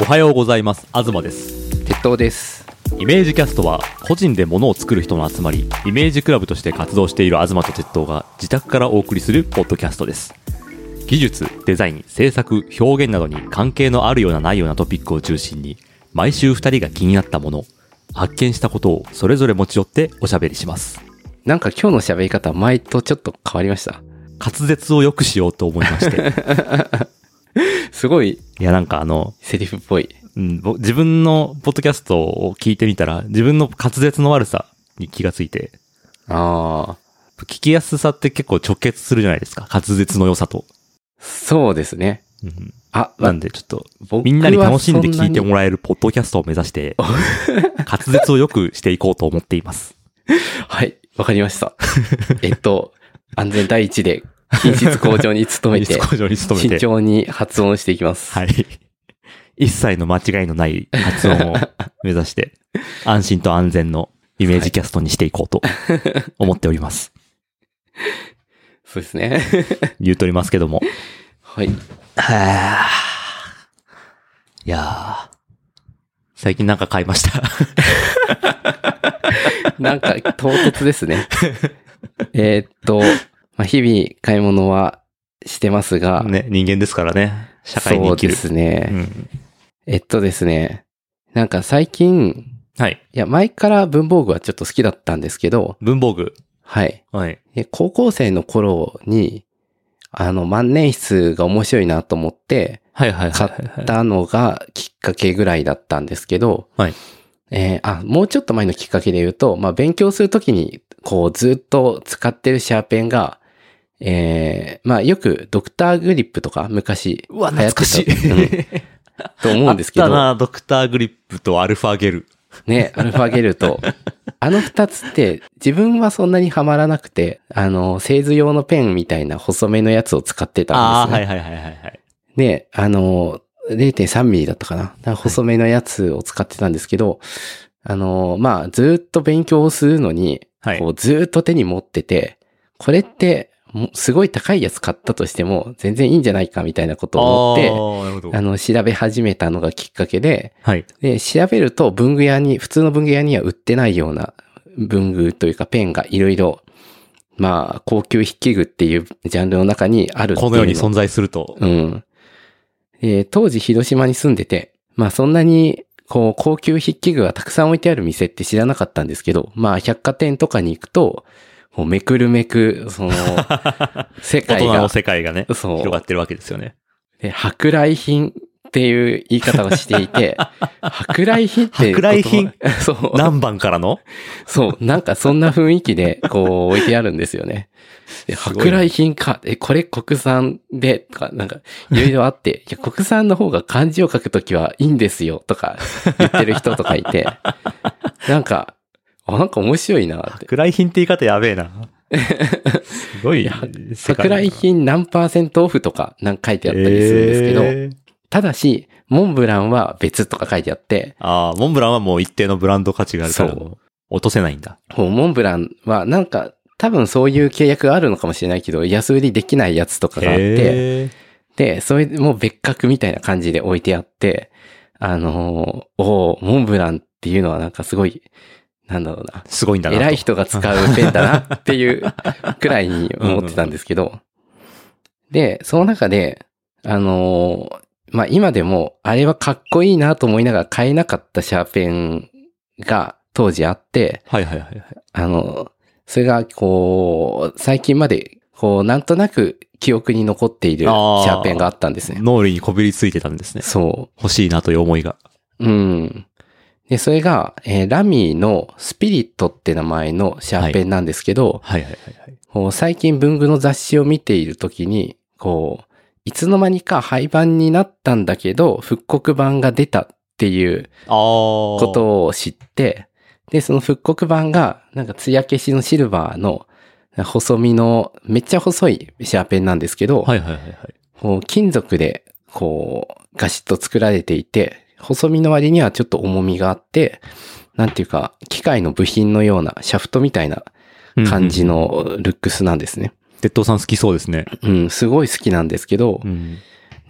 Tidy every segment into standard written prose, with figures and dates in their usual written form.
おはようございます。東です。 鉄道です。 イメージキャストは個人で物を作る人の集まり、イメージクラブとして活動している東と鉄道が自宅からお送りするポッドキャストです。技術、デザイン、制作、表現などに関係のあるようなないようなトピックを中心に、毎週2人が気になったもの、発見したことをそれぞれ持ち寄っておしゃべりします。 なんか今日の喋り方前とちょっと変わりました。 滑舌を良くしようと思いましてすごい。 いやなんかセリフっぽい。 自分のポッドキャストを聞いてみたら自分の滑舌の悪さに気がついて、聞きやすさって結構直結するじゃないですか、滑舌の良さと。 そうですね。 なんでちょっとみんなに楽しんで聞いてもらえるポッドキャストを目指して滑舌を良くしていこうと思っています。 はい、わかりました。安全第一で品質向上に努めて慎重に発音していきます。 はい。一切の間違いのない発音を目指して安心と安全のイメージキャストにしていこうと思っております。 そうですね。 言うとりますけども。 はい。 いやー、最近なんか買いました。 なんか唐突ですね。日々買い物はしてますが。 ね、人間ですからね。社会に生きる。 そうですね。ですね。なんか最近、 はい。 いや、前から文房具はちょっと好きだったんですけど。 文房具。 はい。 はい。 高校生の頃に、万年筆が面白いなと思って、買ったのがきっかけぐらいだったんですけど、 はい。 もうちょっと前のきっかけで言うと、勉強するときに、ずっと使ってるシャーペンが、よくドクターグリップとか昔流行ってた。 懐かしい。 と思うんですけど。 あったな、ドクターグリップとアルファゲル。 ね、アルファゲルと。二つって自分はそんなにハマらなくて、製図用のペンみたいな細めのやつを使ってたんですね。 はい。 で、0.3 ミリだったかな。細めのやつを使ってたんですけど、ずっと勉強をするのに、ずっと手に持ってて、これって、すごい高いやつ買ったとしても全然いいんじゃないかみたいなことを思って、調べ始めたのがきっかけで、 はい。 で、調べると普通の文具屋には売ってないような文具というかペンがいろいろ、高級筆記具っていうジャンルの中にあるっていうの。 このように存在すると。 当時広島に住んでて、そんなに、高級筆記具がたくさん置いてある店って知らなかったんですけど、百貨店とかに行くと、もうめくるめく、世界が。 大人の世界がね、広がってるわけですよね。 で、舶来品っていう言い方をしていて、舶来品って。 舶来品そう。 何番からのそう。なんかそんな雰囲気で、置いてあるんですよね。で、舶来品か。これ国産で、とか、なんか、いろいろあって、いや、国産の方が漢字を書くときはいいんですよ、とか、言ってる人とかいて、なんか面白いなって。 舶来品って言い方やべえな。すごい。 舶来品何%オフとか書いてあったりするんですけど、ただし、モンブランは別とか書いてあって。 モンブランはもう一定のブランド価値があるから落とせないんだ。 モンブランは多分そういう契約があるのかもしれないけど、安売りできないやつとかがあって、で、それも別格みたいな感じで置いてあって、モンブランっていうのはすごい、なんだろうな。 すごいんだな。 偉い人が使うペンだなっていうくらいに思ってたんですけど。で、その中で、今でも、あれはかっこいいなと思いながら買えなかったシャーペンが当時あって、それが最近まで、なんとなく記憶に残っているシャーペンがあったんですね。 脳裏にこびりついてたんですね。 そう。 欲しいなという思いが。 で、それが、ラミーのスピリットって名前のシャーペンなんですけど、最近文具の雑誌を見ているときに、いつの間にか廃盤になったんだけど、復刻版が出たっていうことを知って、で、その復刻版が、艶消しのシルバーの細身の、めっちゃ細いシャーペンなんですけど、金属で、ガシッと作られていて、細身の割にはちょっと重みがあって、なんていうか、機械の部品のようなシャフトみたいな感じのルックスなんですね。 鉄道さん好きそうですね。 すごい好きなんですけど、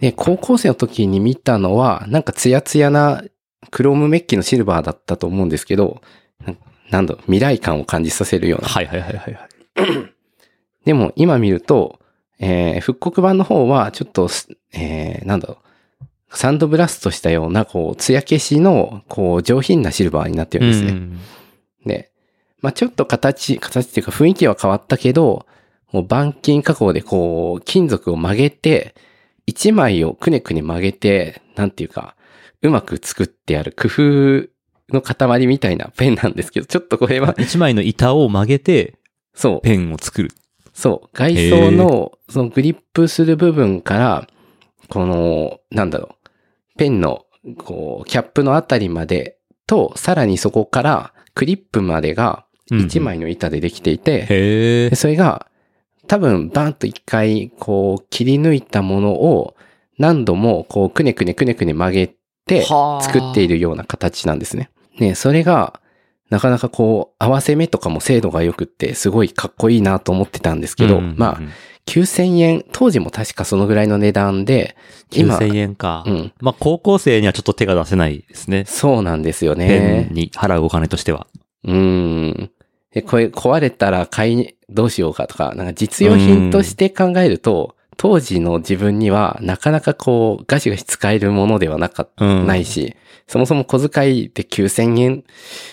で、高校生の時に見たのは、なんかツヤツヤなクロームメッキのシルバーだったと思うんですけど、なんだろう、未来感を感じさせるような。 はいはいはいはい。 でも今見ると、復刻版の方はちょっと、なんだろう、サンドブラストしたような、こう、艶消しの、こう、上品なシルバーになってるんですね。で、まあちょっと形っていうか雰囲気は変わったけど、もう板金加工でこう、金属を曲げて、一枚をくねくね曲げて、なんていうか、うまく作ってある工夫の塊みたいなペンなんですけど、ちょっとこれは。 一枚の板を曲げて、そう。ペンを作る。 そう。外装の、そのグリップする部分から、この、なんだろう、ペンの、こう、キャップのあたりまでと、さらにそこからクリップまでが一枚の板でできていて、でそれが、多分、バーンと一回、こう、切り抜いたものを、何度も、こう、くねくね曲げて、作っているような形なんですね。ね、それが、なかなかこう、合わせ目とかも精度が良くって、すごいかっこいいなと思ってたんですけど、まあ、9000円、当時も確かそのぐらいの値段で、 今。9000円か。まあ、高校生にはちょっと手が出せないですね。 そうなんですよね。 ペンに払うお金としては。 これ壊れたらどうしようかとか、なんか実用品として考えると、当時の自分にはなかなかこうガシガシ使えるものではないし、そもそも小遣いで9000円、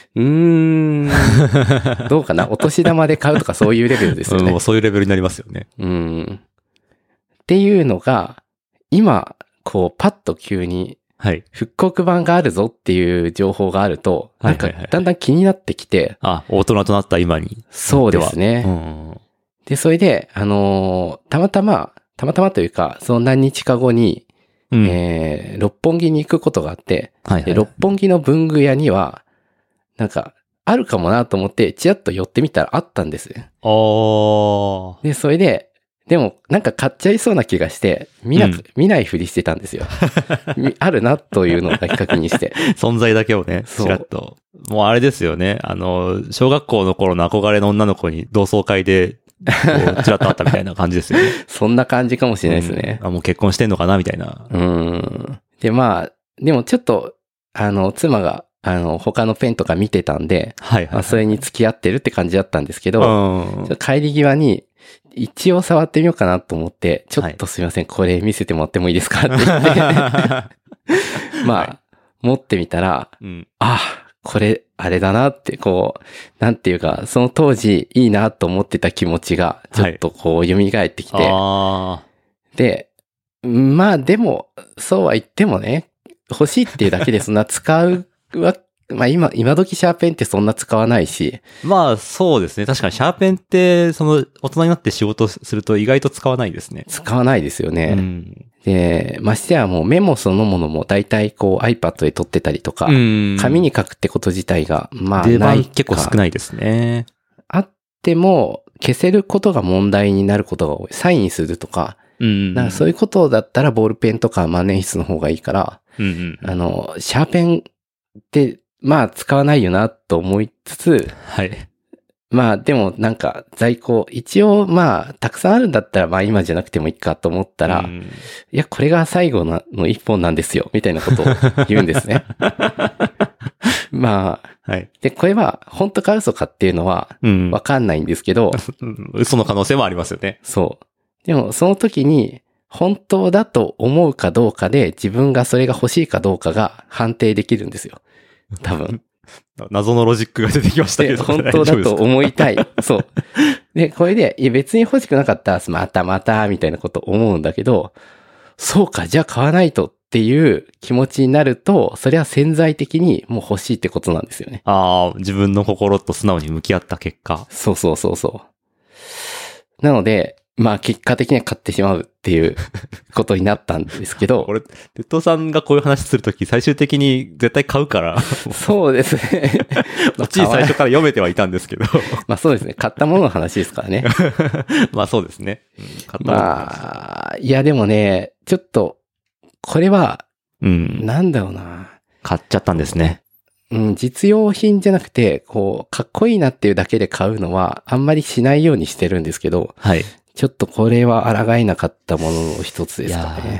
どうかなお年玉で買うとかそういうレベルですよね。 そういうレベルになりますよね。 っていうのが、今、こうパッと急に、復刻版があるぞっていう情報があると、なんかだんだん気になってきて。 大人となった今に。 そうですね。で、それで、たまたまというか、その何日か後に、六本木に行くことがあって、六本木の文具屋には、なんか、あるかもなと思って、ちらっと寄ってみたらあったんですね。で、それで、でも、なんか買っちゃいそうな気がして、見ないふりしてたんですよ。あるなというのを確認して。 存在だけをね、ちらっと。もうあれですよね。小学校の頃の憧れの女の子に同窓会で、ちらっとあったみたいな感じですよね。 そんな感じかもしれないですね。 もう結婚してんのかなみたいな。 で、まあ、でもちょっと、妻が、他のペンとか見てたんで、それに付き合ってるって感じだったんですけど、帰り際に、一応触ってみようかなと思って、ちょっとすいません、これ見せてもらってもいいですかって言って、まあ、持ってみたら、これ、あれだなって、こう、なんていうか、その当時いいなと思ってた気持ちが、ちょっとこう、蘇ってきて、で、まあでも、そうは言ってもね、欲しいっていうだけでそんな使うわ、まあ今時シャーペンってそんな使わないし。 まあそうですね。確かにシャーペンって、大人になって仕事すると意外と使わないですね。 使わないですよね。で、ましてやもうメモそのものも大体こう iPad で撮ってたりとか、紙に書くってこと自体が、まあないか。出番結構少ないですね。 あっても、消せることが問題になることが多い。サインするとか、なんかそういうことだったらボールペンとか万年筆の方がいいから、シャーペンって、まあ使わないよなと思いつつ、まあでもなんか在庫、一応まあたくさんあるんだったらまあ今じゃなくてもいいかと思ったら、いやこれが最後の一本なんですよ、みたいなことを言うんですね。まあ、で、これは本当か嘘かっていうのはわかんないんですけど、 嘘の可能性もありますよね。 そう。でもその時に本当だと思うかどうかで自分がそれが欲しいかどうかが判定できるんですよ。多分。 謎のロジックが出てきましたけど。 本当だと思いたい。そう。で、これで、別に欲しくなかったら、また、みたいなこと思うんだけど、そうか、じゃあ買わないとっていう気持ちになると、それは潜在的にもう欲しいってことなんですよね。 自分の心と素直に向き合った結果。 そう。なので、まあ結果的には買ってしまうっていうことになったんですけど。 これ、鉄道さんがこういう話するとき最終的に絶対買うから。 そうですね。 こっちに最初から読めてはいたんですけど。 まあそうですね。買ったものの話ですからね。 まあそうですね。 買ったものの話。まあ、いやでもね、ちょっと、これは、なんだろうな。 買っちゃったんですね。 実用品じゃなくて、こう、かっこいいなっていうだけで買うのは、あんまりしないようにしてるんですけど、ちょっとこれは抗えなかったものの一つですかね。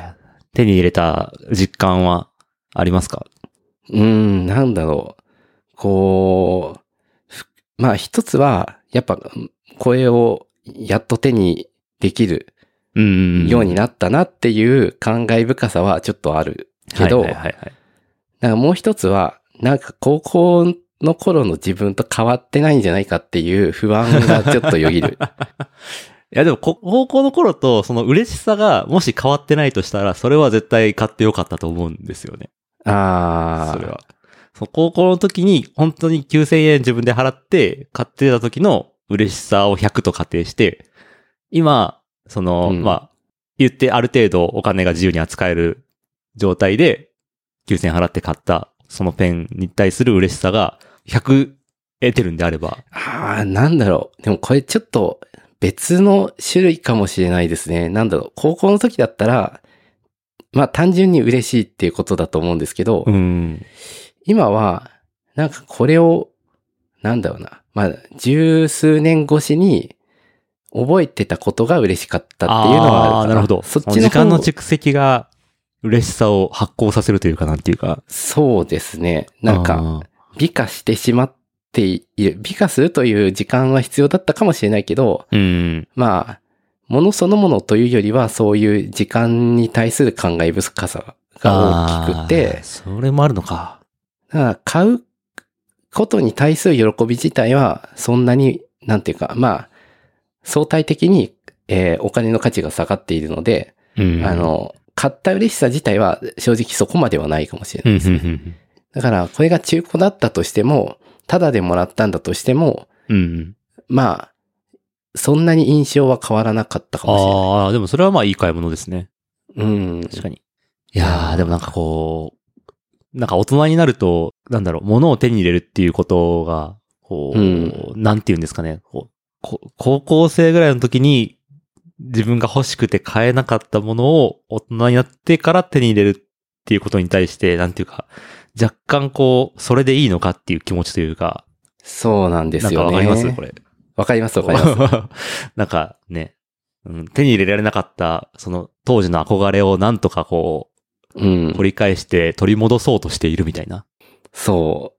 手に入れた実感はありますか？ なんだろう。こう、まあ一つは、やっぱ、これをやっと手にできるようになったなっていう感慨深さはちょっとあるけど、なんかもう一つは、なんか高校の頃の自分と変わってないんじゃないかっていう不安がちょっとよぎる。 いやでも高校の頃とその嬉しさがもし変わってないとしたら、それは絶対買ってよかったと思うんですよね。それは。高校の時に本当に9000円自分で払って買ってた時の嬉しさを100と仮定して、今、まあ、言ってある程度お金が自由に扱える状態で9000円払って買ったそのペンに対する嬉しさが100得てるんであれば。 なんだろう。でもこれちょっと別の種類かもしれないですね。なんだろう。高校の時だったら、まあ単純に嬉しいっていうことだと思うんですけど、今は、なんかこれを、なんだろうな。まあ、十数年越しに覚えてたことが嬉しかったっていうのはあるかな。 なるほど。そっちの時間の蓄積が嬉しさを発酵させるというかなんていうか。 そうですね。なんか、美化してしまっている。美化するという時間は必要だったかもしれないけど、まあ、ものそのものというよりはそういう時間に対する感慨深さが大きくて、 それもあるのか。 だから買うことに対する喜び自体はそんなに、なんていうか、まあ、相対的に、お金の価値が下がっているので、買った嬉しさ自体は正直そこまではないかもしれないですね。だから、これが中古だったとしても、ただでもらったんだとしても、まあ、そんなに印象は変わらなかったかもしれない。 でもそれはまあいい買い物ですね。 確かに。いやー、でもなんかこう、なんか大人になると、なんだろう、物を手に入れるっていうことが、こう、なんて言うんですかね、高校生ぐらいの時に自分が欲しくて買えなかったものを大人になってから手に入れるっていうことに対して、なんていうか、若干こう、それでいいのかっていう気持ちというか。 そうなんですよね。 なんかわかりますこれ。 わかります。 なんかね、手に入れられなかった、その当時の憧れをなんとかこう、掘り返して取り戻そうとしているみたいな。 そう。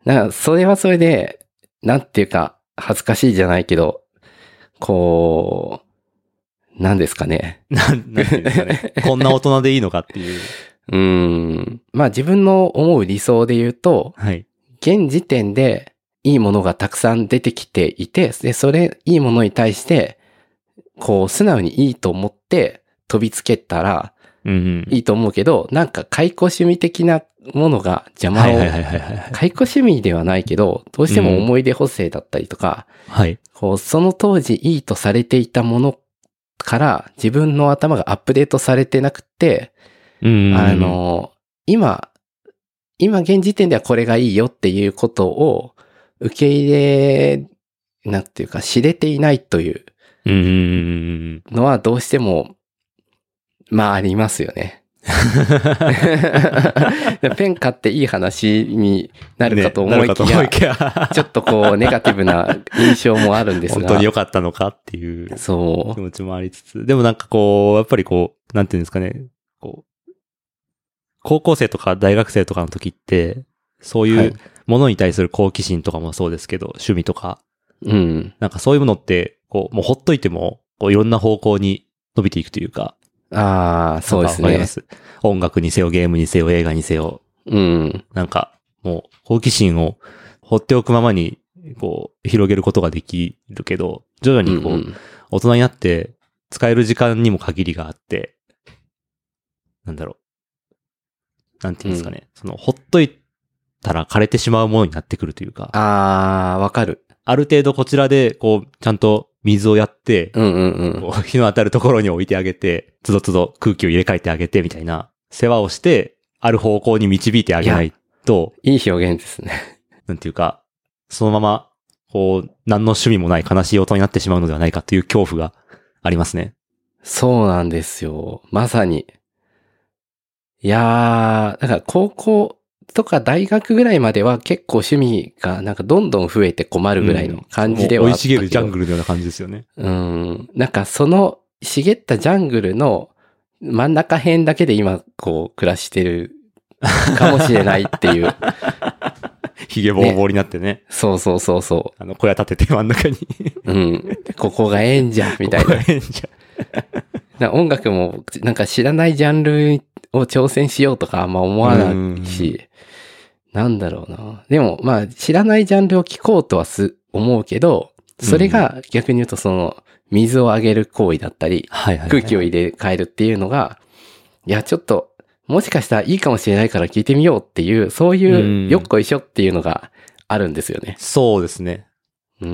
なんかそれはそれで、なんていうか、恥ずかしいじゃないけど、こう、なんですかね。 なんていうんですかね。こんな大人でいいのかっていう。 まあ自分の思う理想で言うと、 はい。 現時点でいいものがたくさん出てきていて、で、それ、いいものに対して、こう、素直にいいと思って飛びつけたら、いいと思うけど、なんか解雇趣味的なものが邪魔を、解雇趣味ではないけど、どうしても思い出補正だったりとか、こうその当時いいとされていたものから自分の頭がアップデートされてなくて、今現時点ではこれがいいよっていうことを受け入れ、なんていうか知れていないというのはどうしても、まあありますよね。ペン買っていい話になるかと思いきや、ちょっとこうネガティブな印象もあるんですが。 本当に良かったのかっていう気そう持ちもありつつ、でもなんかこう、やっぱりこう、なんていうんですかね、こう、高校生とか大学生とかの時って、そういうものに対する好奇心とかもそうですけど、趣味とか、なんかそういうものって、こう、もうほっといても、こういろんな方向に伸びていくというか、 そうですね。 音楽にせよ、ゲームにせよ、映画にせよ。なんか、もう、好奇心を放っておくままに、こう、広げることができるけど、徐々にこう、大人になって、使える時間にも限りがあって、なんだろう。なんていうんですかね。その、ほっといたら枯れてしまうものになってくるというか。 わかる。 ある程度こちらで、こう、ちゃんと水をやって、こう日の当たるところに置いてあげて、つどつど空気を入れ替えてあげてみたいな世話をして、ある方向に導いてあげないと。 いい表現ですね。 なんていうか、そのまま、こう、何の趣味もない悲しい大人になってしまうのではないかという恐怖がありますね。 そうなんですよ。まさに。いやー、だから高校とか大学ぐらいまでは結構趣味がなんかどんどん増えて困るぐらいの感じではあったけど、 生い茂るジャングルのような感じですよね。 なんかその茂ったジャングルの真ん中辺だけで今、こう、暮らしてるかもしれないっていう。 髭ぼうぼうになってね。 そうそうそうそう。 小屋立てて真ん中に。 うん。ここがええんじゃ、みたいな。 ここがええんじゃ。 音楽も、なんか知らないジャンルを挑戦しようとかあんま思わないし、なんだろうな。でも、まあ、知らないジャンルを聴こうとは思うけど、それが逆に言うとその、水をあげる行為だったり、空気を入れ替えるっていうのが、いや、ちょっと、もしかしたらいいかもしれないから聞いてみようっていう、そういうよっこいしょっていうのがあるんですよね。 そうですね。 うん。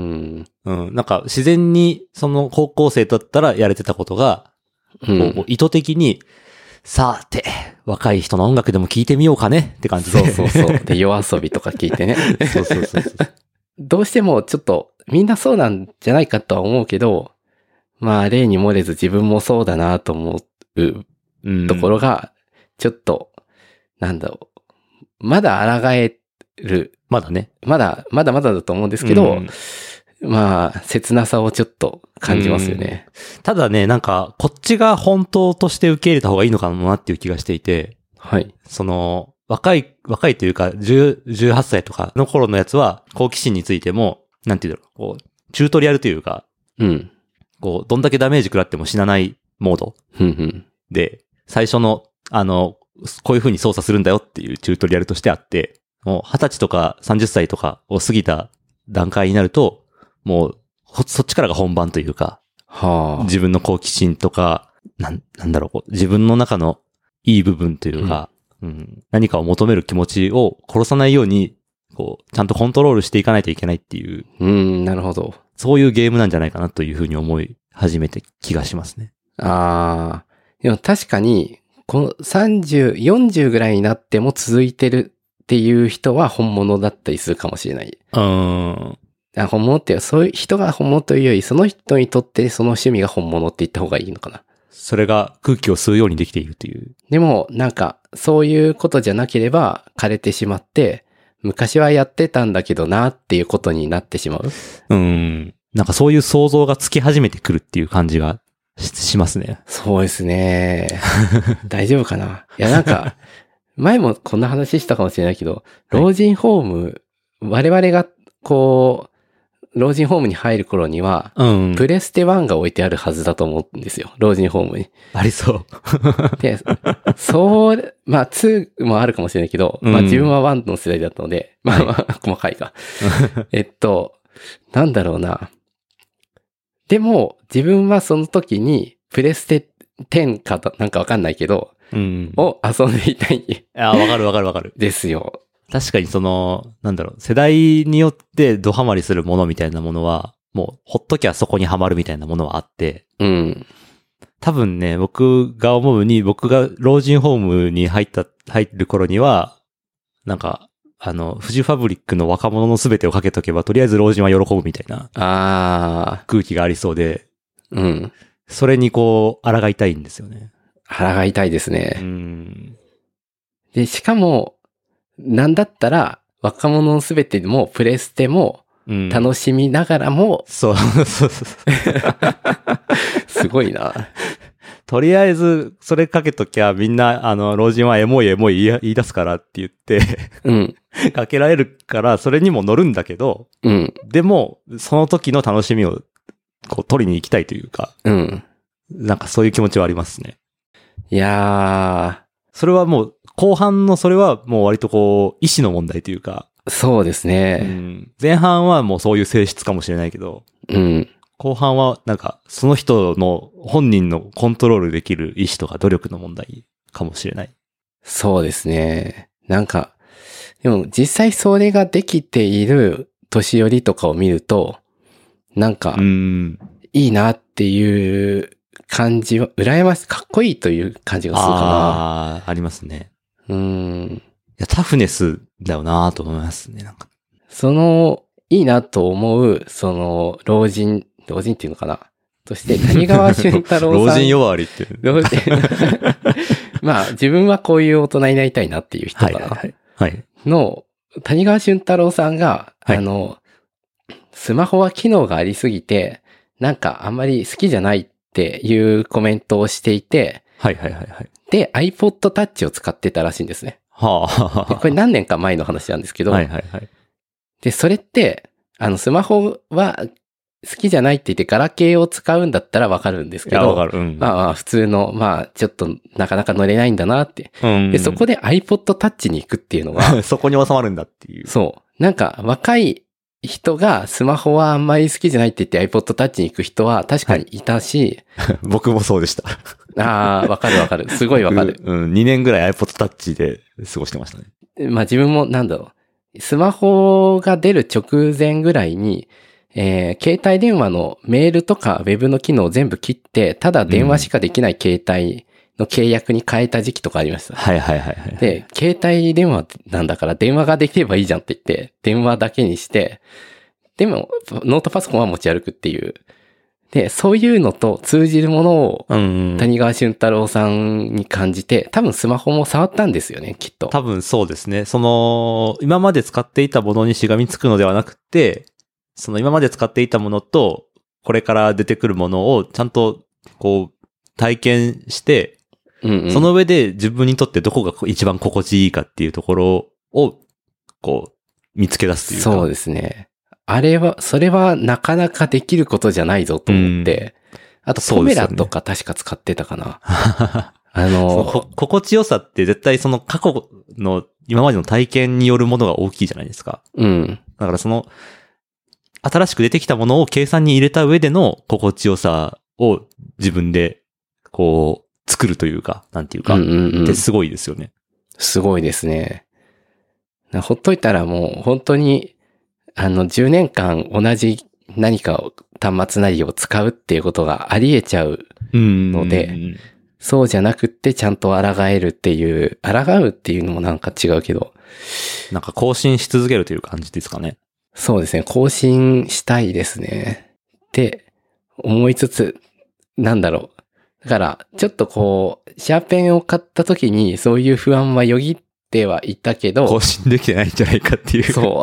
なんか自然にその高校生だったらやれてたことが、こう意図的に、さて、若い人の音楽でも聞いてみようかねって感じで。 そうそうそう。で、夜遊びとか聞いてね。 そうそうそう。 どうしてもちょっとみんなそうなんじゃないかとは思うけど、まあ例に漏れず自分もそうだなと思うところが、ちょっと、なんだろう。まだ抗える。 まだね。 まだだと思うんですけど、まあ、切なさをちょっと感じますよね。 ただね、なんか、こっちが本当として受け入れた方がいいのかなっていう気がしていて、 はい。 その、若いというか、18歳とかの頃のやつは、好奇心についても、なんていうんだろう、こう、チュートリアルというか、こう、どんだけダメージ食らっても死なないモード。で、最初の、こういう風に操作するんだよっていうチュートリアルとしてあって、もう20歳とか30歳とかを過ぎた段階になると、もう、そっちからが本番というか、自分の好奇心とか、なんだろう、こう自分の中のいい部分というか、何かを求める気持ちを殺さないように、こう、ちゃんとコントロールしていかないといけないっていう。 なるほど。 そういうゲームなんじゃないかなというふうに思い始めて気がしますね。 でも確かに、この30、40ぐらいになっても続いてるっていう人は本物だったりするかもしれない。本物って、そういう人が本物というより、その人にとってその趣味が本物って言った方がいいのかな。 それが空気を吸うようにできているという。 でも、なんか、そういうことじゃなければ枯れてしまって、昔はやってたんだけどなっていうことになってしまう。 なんかそういう想像がつき始めてくるっていう感じがしますね。 そうですね。大丈夫かな。いや、なんか、前もこんな話したかもしれないけど、老人ホーム、我々がこう、老人ホームに入る頃には、プレステ1が置いてあるはずだと思うんですよ。老人ホームに。 ありそう。 で、まあ2もあるかもしれないけど、まあ自分は1の世代だったので、まあ細かいか。なんだろうな。でも、自分はその時に、プレステ10かなんかわかんないけど、を遊んでいたい。 わかる。 ですよ。 確かにその、なんだろう、世代によってドハマりするものみたいなものは、もう、ほっときゃそこにはまるみたいなものはあって、多分ね、僕が思うに、僕が老人ホームに入る頃には、なんか、フジファブリックの若者のすべてをかけとけば、とりあえず老人は喜ぶみたいな、空気がありそうで、それにこう、抗いたいんですよね。 抗いたいですね。で、しかも、なんだったら、若者のすべても、プレステも、楽しみながらも、 そう。 すごいな。 とりあえず、それかけときゃ、みんな、老人はエモい言い出すからって言って、かけられるから、それにも乗るんだけど、でも、その時の楽しみを、こう、取りに行きたいというか、なんかそういう気持ちはありますね。 いやー。それはもう、後半のそれはもう割とこう、意志の問題というか。 そうですね。 前半はもうそういう性質かもしれないけど。後半はなんか、その人の本人のコントロールできる意志とか努力の問題かもしれない。 そうですね。なんか、でも実際それができている年寄りとかを見ると、なんか、いいなっていう感じは、羨ましい、かっこいいという感じがするかな。 ありますね。いや、タフネスだよなと思いますね、なんか。 いいなと思う、老人っていうのかな。として、谷川俊太郎さん。 老人呼ばわりっていう。 まあ、自分はこういう大人になりたいなっていう人かな。の、谷川俊太郎さんが、スマホは機能がありすぎて、なんかあんまり好きじゃないっていうコメントをしていて、 はいはいはいはい。 で、iPod Touch を使ってたらしいんですね。 はあ。 これ何年か前の話なんですけど、 はいはいはい。 で、それって、スマホは好きじゃないって言ってガラケーを使うんだったらわかるんですけど、 わかる。うん。 まあ普通の、まあちょっとなかなか乗れないんだなって。 うん。 で、そこで iPod Touch に行くっていうのが、 そこに収まるんだっていう。 そう。なんか若い人がスマホはあんまり好きじゃないって言って iPod Touch に行く人は確かにいたし、 僕もそうでした。 ああ、わかるわかる。すごいわかる。 うん、2年ぐらい iPod Touch で過ごしてましたね。 まあ自分もなんだろう。スマホが出る直前ぐらいに、携帯電話のメールとかウェブの機能を全部切って、ただ電話しかできない携帯の契約に変えた時期とかありました。 はいはいはいはい。 で、携帯電話なんだから電話ができればいいじゃんって言って、電話だけにして、でもノートパソコンは持ち歩くっていう。で、そういうのと通じるものを谷川俊太郎さんに感じて、多分スマホも触ったんですよね、きっと。 多分そうですね。今まで使っていたものにしがみつくのではなくて、今まで使っていたものと、これから出てくるものをちゃんと、体験して、その上で自分にとってどこが一番心地いいかっていうところを、見つけ出すというか。 そうですね。それはなかなかできることじゃないぞと思って、あとポメラとか確か使ってたかな。 心地よさって絶対過去の今までの体験によるものが大きいじゃないですか。 うん。 だから新しく出てきたものを計算に入れた上での心地よさを自分で、作るというか、なんていうか、ってすごいですよね。 すごいですね。ほっといたらもう本当に、10年間同じ何かを端末なりを使うっていうことがあり得ちゃうので、そうじゃなくってちゃんと抗えるっていう、抗うっていうのもなんか違うけど。 なんか更新し続けるという感じですかね。 そうですね。更新したいですね。って思いつつ、なんだろう。だから、ちょっとシャーペンを買った時にそういう不安はよぎってはいたけど。 更新できてないんじゃないかっていう。 そう。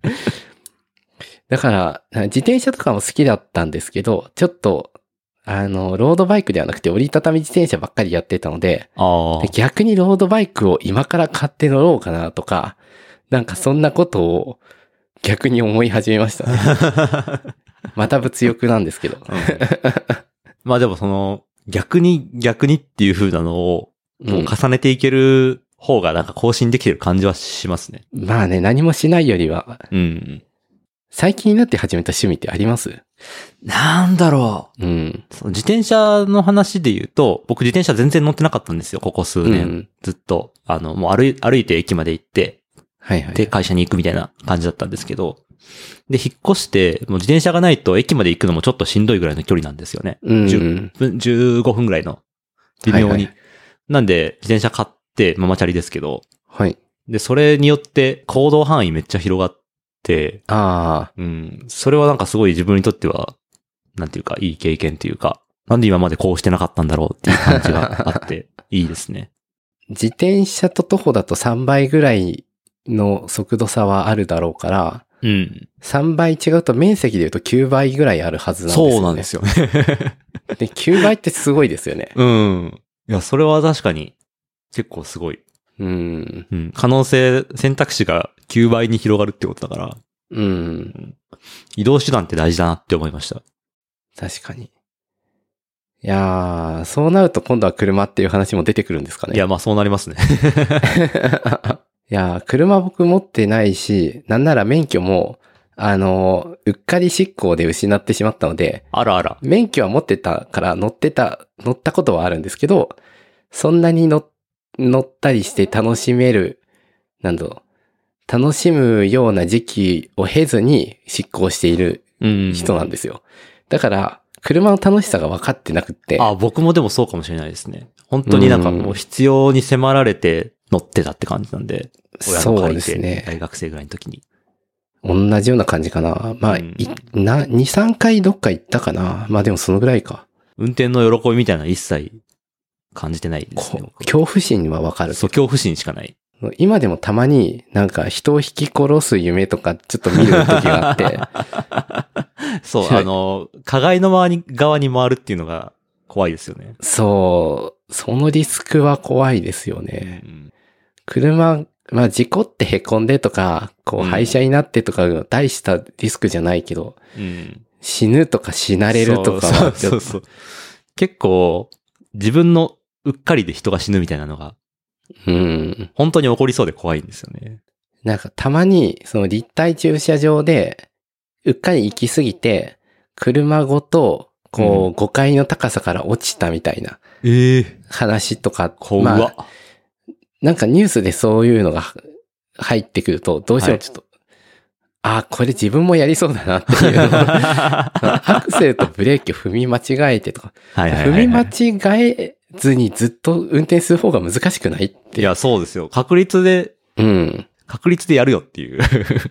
だから、自転車とかも好きだったんですけど、ちょっと、ロードバイクではなくて折りたたみ自転車ばっかりやってたので、逆にロードバイクを今から買って乗ろうかなとか、なんかそんなことを逆に思い始めましたね。また物欲なんですけど。 まあでも逆にっていう風なのを、重ねていける方がなんか更新できてる感じはしますね。 まあね、何もしないよりは。最近になって始めた趣味ってあります？ なんだろう。自転車の話で言うと、僕自転車全然乗ってなかったんですよ、ここ数年。ずっと。もう歩いて駅まで行って、で、会社に行くみたいな感じだったんですけど、で、引っ越して、もう自転車がないと駅まで行くのもちょっとしんどいぐらいの距離なんですよね。15分ぐらいの。微妙に。なんで、自転車買って、ママチャリですけど。で、それによって行動範囲めっちゃ広がって、それはなんかすごい自分にとっては、なんていうか、いい経験というか、なんで今までこうしてなかったんだろうっていう感じがあって、いいですね。 自転車と徒歩だと3倍ぐらいの速度差はあるだろうから、3倍違うと面積で言うと9倍ぐらいあるはずなんですよね。 そうなんですよね。 で、9倍ってすごいですよね。 いや、それは確かに結構すごい。可能性、選択肢が9倍に広がるってことだから。移動手段って大事だなって思いました。 確かに。いやー、そうなると今度は車っていう話も出てくるんですかね。 いや、まあそうなりますね。 いやー、車僕持ってないし、なんなら免許も、うっかり執行で失ってしまったので、免許は持ってたから乗ったことはあるんですけど、そんなに乗ったりして楽しめる、楽しむような時期を経ずに執行している人なんですよ。だから、車の楽しさが分かってなくって。 僕もでもそうかもしれないですね。本当になんかもう必要に迫られて乗ってたって感じなんで。 そうですね。 大学生ぐらいの時に。 同じような感じかな。まあ、2、3回どっか行ったかな。まあでもそのぐらいか。 運転の喜びみたいなの一切感じてないですね。 恐怖心は分かる。 そう、恐怖心しかない。 今でもたまになんか人を引き殺す夢とかちょっと見る時があって。 そう、加害の側に回るっていうのが、 怖いですよね。 そう、そのリスクは怖いですよね。車、まあ事故って凹んでとか、こう廃車になってとか、大したリスクじゃないけど、死ぬとか死なれるとかはそう。結構、自分のうっかりで人が死ぬみたいなのが、本当に起こりそうで怖いんですよね。 なんかたまに、その立体駐車場で、うっかり行き過ぎて、車ごと、こう、5階の高さから落ちたみたいな話とか、 怖っ。 なんかニュースでそういうのが入ってくると、どうしてもちょっと、これ自分もやりそうだなっていうのアクセルとブレーキを踏み間違えてとか、踏み間違えずにずっと運転する方が難しくないって。 いや、そうですよ。確率でやるよっていう。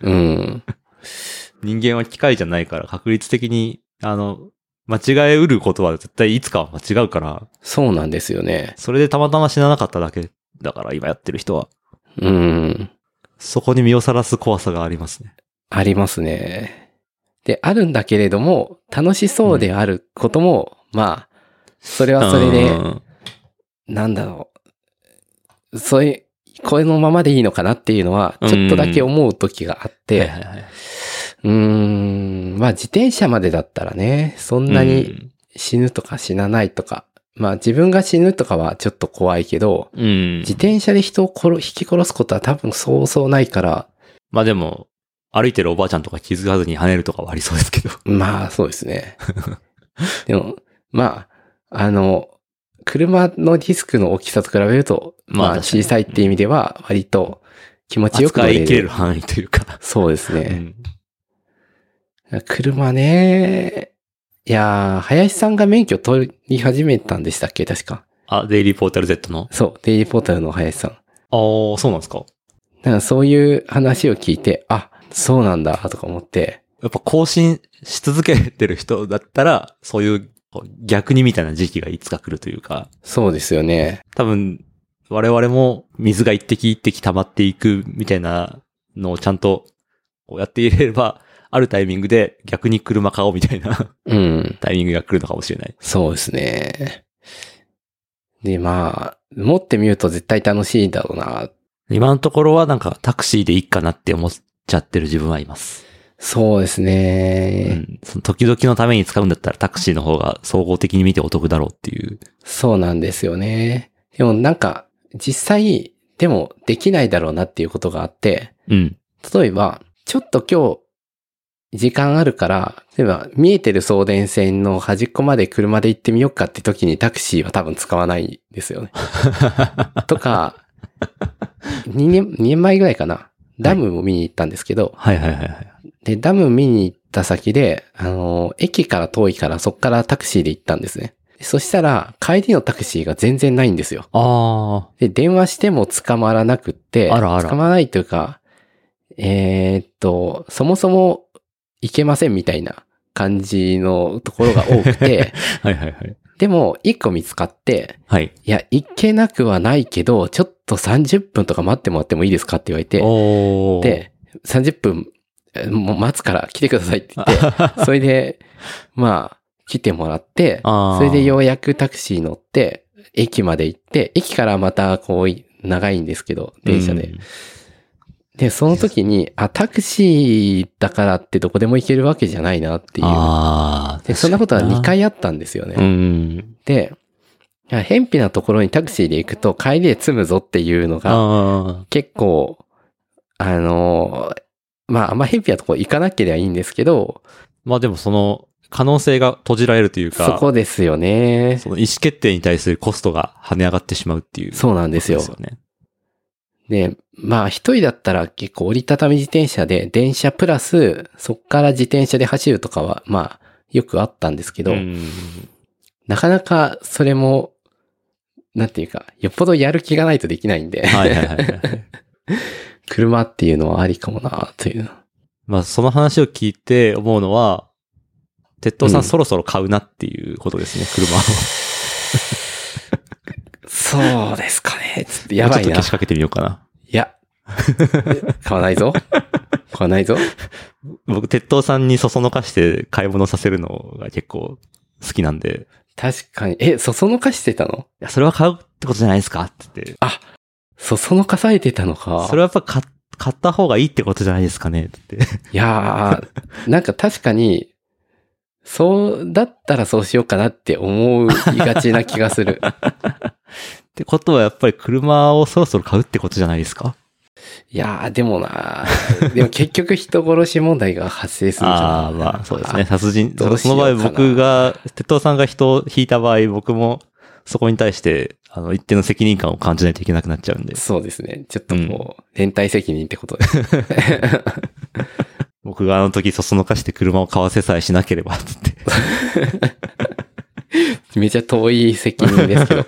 人間は機械じゃないから確率的に、間違えうることは絶対いつかは間違うから。 そうなんですよね。 それでたまたま死ななかっただけだから、今やってる人は。そこに身をさらす怖さがありますね。 ありますね。で、あるんだけれども、楽しそうであることも、まあ、それはそれで、なんだろう。これのままでいいのかなっていうのは、ちょっとだけ思う時があって、まあ自転車までだったらね、そんなに死ぬとか死なないとか、まあ自分が死ぬとかはちょっと怖いけど、自転車で人を引き殺すことは多分そうそうないから。 まあでも、歩いてるおばあちゃんとか気づかずに跳ねるとかはありそうですけど。 まあそうですね。でも、まあ、車のリスクの大きさと比べると、まあ小さいっていう意味では割と気持ちよく乗れる。 扱い切れる範囲というか。 そうですね。車ね。いやー、林さんが免許取り始めたんでしたっけ確か。 デイリーポータル Z の？ そう、デイリーポータルの林さん。 そうなんですか。 なんかそういう話を聞いて、そうなんだ、とか思って。 やっぱ更新し続けてる人だったら、そういう逆にみたいな時期がいつか来るというか。 そうですよね。 多分、我々も水が一滴一滴溜まっていくみたいなのをちゃんとやっていれれば、あるタイミングで逆に車買おうみたいなタイミングが来るのかもしれない。 そうですね。で、まあ、持ってみると絶対楽しいだろうな。 今のところはなんかタクシーでいいかなって思っちゃってる自分はいます。 そうですね。 その時々のために使うんだったらタクシーの方が総合的に見てお得だろうっていう。 そうなんですよね。でもなんか、実際、でもできないだろうなっていうことがあって、例えば、ちょっと今日、時間あるから、例えば見えてる送電線の端っこまで車で行ってみようかって時にタクシーは多分使わないですよね。とか、2年前ぐらいかな。ダムを見に行ったんですけど、で、ダム見に行った先で、駅から遠いからそっからタクシーで行ったんですね。そしたら、帰りのタクシーが全然ないんですよ。で、電話しても捕まらなくって、捕まらないというか、そもそも行けませんみたいな感じのところが多くて、でも、1個見つかって、いや、行けなくはないけど、ちょっと30分とか待ってもらってもいいですかって言われて、で、30分、もう待つから来てくださいって言って、それで、まあ、来てもらって、それでようやくタクシー乗って、駅まで行って、駅からまたこう、長いんですけど、電車で。で、その時に、タクシーだからってどこでも行けるわけじゃないなっていう。で、そんなことは2回あったんですよね。で、偏僻なところにタクシーで行くと帰りで積むぞっていうのが、結構、まあ、あんま偏僻なところ行かなければいいんですけど。 まあでもその、可能性が閉じられるというか。 そこですよね。 その意思決定に対するコストが跳ね上がってしまうっていう。 そうなんですよ。で、まあ一人だったら結構折りたたみ自転車で電車プラスそっから自転車で走るとかはまあよくあったんですけど、なかなかそれもなんていうかよっぽどやる気がないとできないんで、車っていうのはありかもなという。 まあその話を聞いて思うのは、鉄道さんそろそろ買うなっていうことですね、車を。 そうですかね。ちょっとやばいな。 ちょっとけしかけてみようかな。 いや。買わないぞ。僕、 鉄道さんにそそのかして買い物させるのが結構好好きなんで。 確かに。そそのかしてたの？ いや、それは買うってことじゃないですかって言って。 あ、そそのかされてたのか。 それはやっぱ買った方がいいってことじゃないですかねって。 いやー、なんか確かに、そうだったらそうしようかなって思いがちな気がする。 ってことはやっぱり車をそろそろ買うってことじゃないですか？ いやー、でも結局人殺し問題が発生するじゃん。 ああ、まあそうですね。殺人。 どうしようかな。 その場合僕が、鉄道さんが人を引いた場合、僕もそこに対して、一定の責任感を感じないといけなくなっちゃうんで。 そうですね。ちょっと連帯責任ってことで。 僕があの時そそのかして車を買わせさえしなければ、つって。 めちゃ遠い責任ですけど。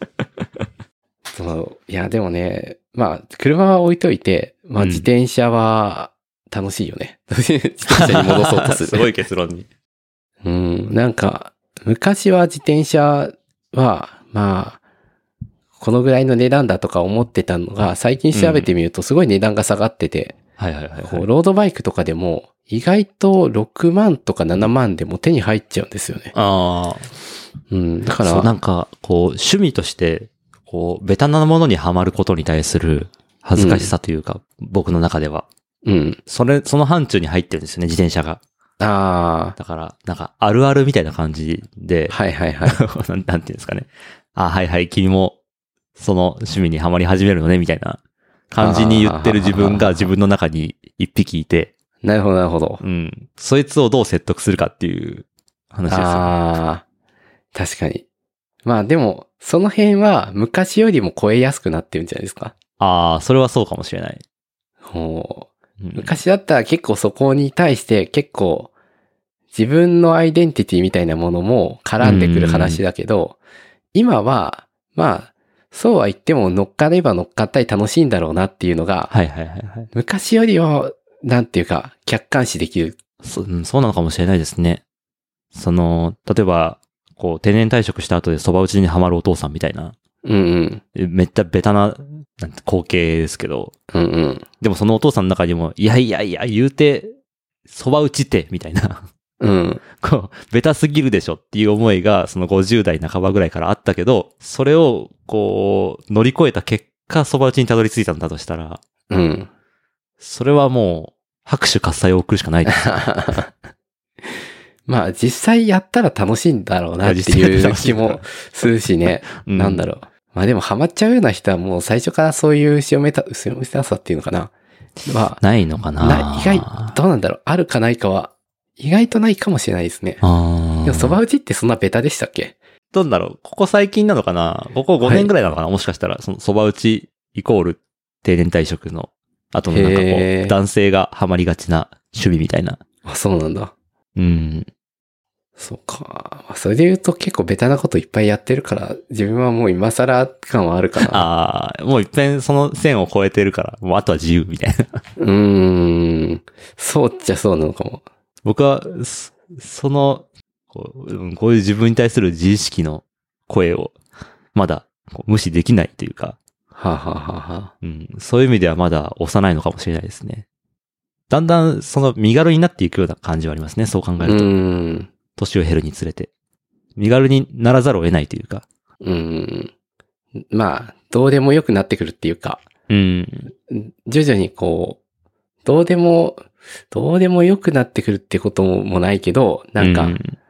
いや、でもね、まあ、車は置いといて、まあ自転車は楽しいよね。自転車に戻そうとする。 すごい結論に。 なんか、昔は自転車は、まあ、このぐらいの値段だとか思ってたのが、最近調べてみるとすごい値段が下がってて、 はいはいはい、はい。 ロードバイクとかでも、意外と6万とか7万でも手に入っちゃうんですよね。 ああ。 だから。 そう、なんか、趣味として、ベタなものにはまることに対する恥ずかしさというか、僕の中では。その範疇に入ってるんですよね、自転車が。 ああ。 だから、なんか、あるあるみたいな感じで。 はいはいはい。 なんていうんですかね。はいはい、君も、その趣味にはまり始めるのね、みたいな感じに言ってる自分が自分の中に一匹いて。 なるほどなるほど。 そいつをどう説得するかっていう話ですよね。 ああ。確かに。まあでも、その辺は昔よりも超えやすくなってるんじゃないですか。 ああ、それはそうかもしれない。 昔だったら結構そこに対して結構自分のアイデンティティみたいなものも絡んでくる話だけど、今は、まあ、そうは言っても乗っかれば乗っかったり楽しいんだろうなっていうのが、昔よりは、なんていうか、客観視できる。 そうなのかもしれないですね。例えば、定年退職した後で蕎麦打ちにはまるお父さんみたいな。めっちゃベタな、光景ですけど。でもそのお父さんの中にも、いやいやいや、言うて、蕎麦打ちって、みたいな。ベタすぎるでしょっていう思いが、その50代半ばぐらいからあったけど、それを、乗り越えた結果、蕎麦打ちにたどり着いたんだとしたら、それはもう、拍手喝采を送るしかないです。 まあ実際やったら楽しいんだろうなっていう気もするしね。なんだろう。まあでもハマっちゃうような人はもう最初からそういう後ろめたさっていうのかな。まあ。 ないのかな。 意外、どうなんだろう。あるかないかは、意外とないかもしれないですね。でも蕎麦打ちってそんなベタでしたっけ？ どうだろう。ここ最近なのかな。ここ5年ぐらいなのかな、もしかしたら、その蕎麦打ちイコール定年退職の後のなんか男性がハマりがちな趣味みたいな。 あ、そうなんだ。そうか。それで言うと結構ベタなこといっぱいやってるから、自分はもう今更感はあるかな。もう一遍その線を越えてるから、もうあとは自由みたいな。 そうっちゃそうなのかも。 僕は、こういう自分に対する自意識の声を、まだ無視できないというか。そういう意味ではまだ幼いのかもしれないですね。だんだん身軽になっていくような感じはありますね。そう考えると。年を減るにつれて。身軽にならざるを得ないというか。 まあ、どうでもよくなってくるっていうか。徐々にどうでもよくなってくるってこともないけど、なんか、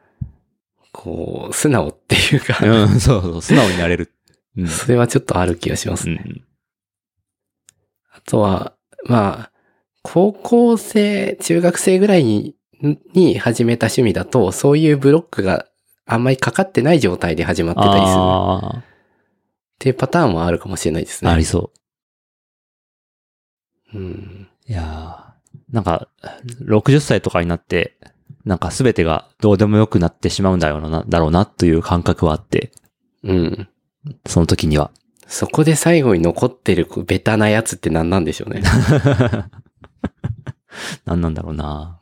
素直っていうかそう、素直になれる。 それはちょっとある気がしますね。あとは、まあ、高校生、中学生ぐらいに始めた趣味だと、そういうブロックがあんまりかかってない状態で始まってたりする。っていうパターンもあるかもしれないですね。 ありそう。 いやー、なんか、60歳とかになって、なんか全てがどうでもよくなってしまうんだろうなという感覚はあって。その時には。 そこで最後に残ってるベタなやつって何なんでしょうね。 何なんだろうな。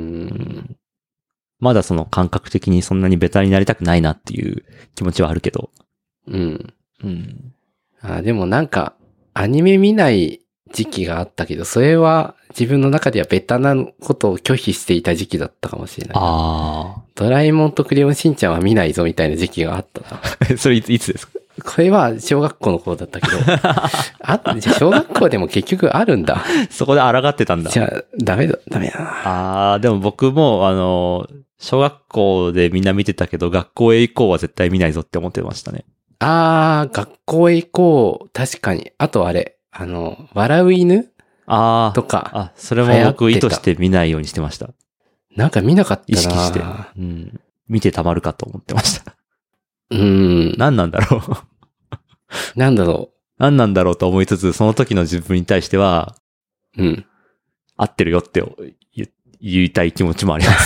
まだその感覚的にそんなにベタになりたくないなっていう気持ちはあるけど。 でもなんか、アニメ見ない時期があったけど、それは自分の中ではベタなことを拒否していた時期だったかもしれない。ドラえもんとクレヨンしんちゃんは見ないぞみたいな時期があったな。 それいつですか？ これは小学校の頃だったけど。じゃあ小学校でも結局あるんだ。 そこで抗ってたんだ。 じゃあ、ダメだな。 でも僕も、小学校でみんな見てたけど、学校へ行こうは絶対見ないぞって思ってましたね。 学校へ行こう。確かに。あとあれ、笑う犬とか。 それも僕意図して見ないようにしてました。 なんか見なかったな。 意識して。見てたまるかと思ってました。何なんだろう。 何なんだろうと思いつつ、その時の自分に対しては、合ってるよって言いたい気持ちもあります。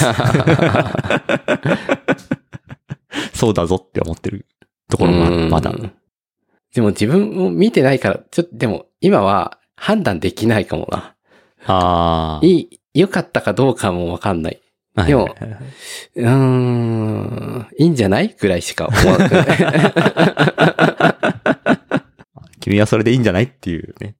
そうだぞって思ってるところもまだ。 でも自分も見てないから、でも今は判断できないかもな。良かったかどうかもわかんない。でも、いいんじゃないぐらいしか思わない。 君はそれでいいんじゃないっていうね。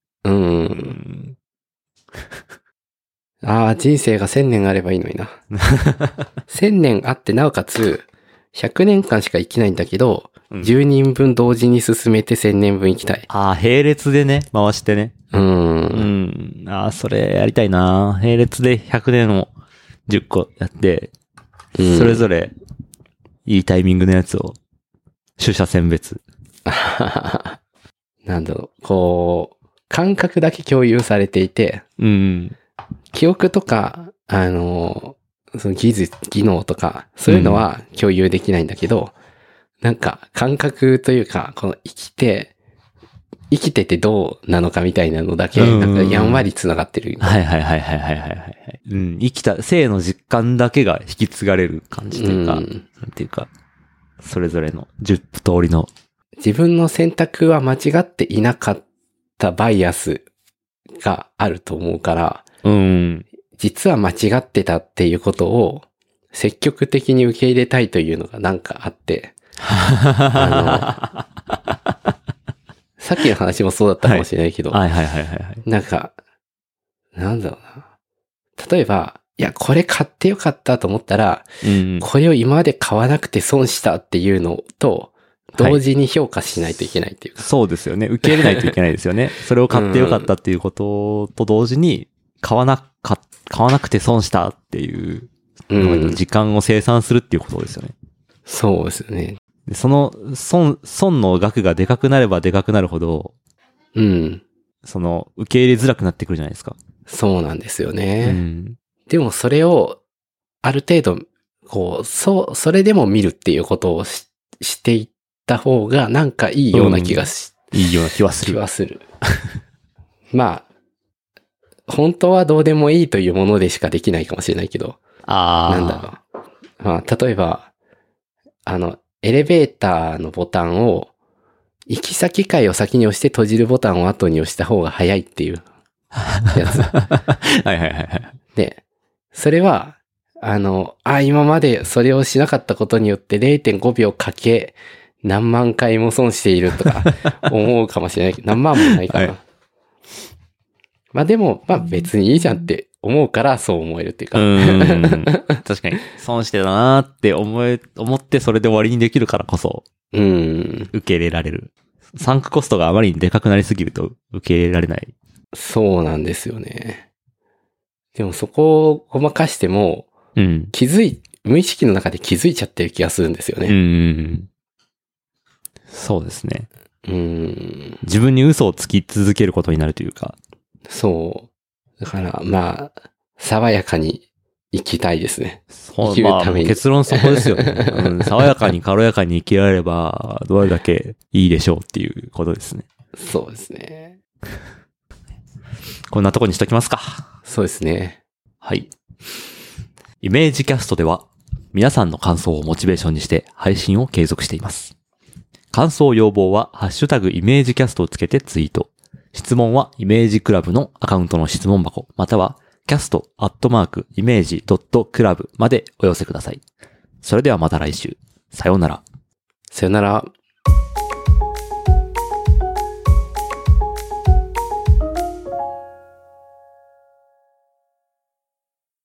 人生が1000年あればいいのにな。1000年あってなおかつ、100年間しか生きないんだけど、10人分同時に進めて1000年分生きたい。 並列でね、回してね。それやりたいな。並列で100年を10個やって、それぞれいいタイミングのやつを取捨選別。 なんだろう、こう、感覚だけ共有されていて、記憶とか、その技能とか、そういうのは共有できないんだけど、なんか感覚というか、この生きててどうなのかみたいなのだけ、なんかやんわり繋がってる。 はい。生きた生の実感だけが引き継がれる感じというか、なんていうか、それぞれの10通りの。 自分の選択は間違っていなかったバイアスがあると思うから、実は間違ってたっていうことを積極的に受け入れたいというのがなんかあって、さっきの話もそうだったかもしれないけど、なんか、なんだろうな。例えば、いや、これ買ってよかったと思ったら、これを今まで買わなくて損したっていうのと、同時に評価しないといけないっていうか。 そうですよね。受け入れないといけないですよね。それを買ってよかったっていうことと同時に、買わなくて損したっていう、時間を生産するっていうことですよね。 そうですよね。 でその損の額がでかくなればでかくなるほど、その受け入れづらくなってくるじゃないですか。 そうなんですよね。でもそれをある程度こうそれでも見るっていうことをしていった方がなんかいいような気がいいような気はする。 まあ本当はどうでもいいというものでしかできないかもしれないけど、なんだろう。まあ例えばエレベーターのボタンを、行き先階を先に押して閉じるボタンを後に押した方が早いっていうやつ。で、それは、今までそれをしなかったことによって 0.5 秒かけ何万回も損しているとか思うかもしれないけど、何万もないかな。まあでも、別にいいじゃんって思うからそう思えるっていうか。 確かに。損してたなーって思ってそれで終わりにできるからこそ、受け入れられる。サンクコストがあまりにでかくなりすぎると受け入れられない。 そうなんですよね。でもそこをごまかしても、無意識の中で気づいちゃってる気がするんですよね。 そうですね。自分に嘘をつき続けることになるというか。 そう。だから、爽やかに生きたいですね。 生きるために。結論そこですよね。爽やかに軽やかに生きられれば、どれだけいいでしょうっていうことですね。 そうですね。 こんなとこにしときますか。 そうですね。 はい。イメージキャストでは、皆さんの感想をモチベーションにして配信を継続しています。感想要望は、ハッシュタグイメージキャストをつけてツイート。質問はイメージクラブのアカウントの質問箱、またはcast@image.club までお寄せください。それではまた来週。さようなら。 さようなら。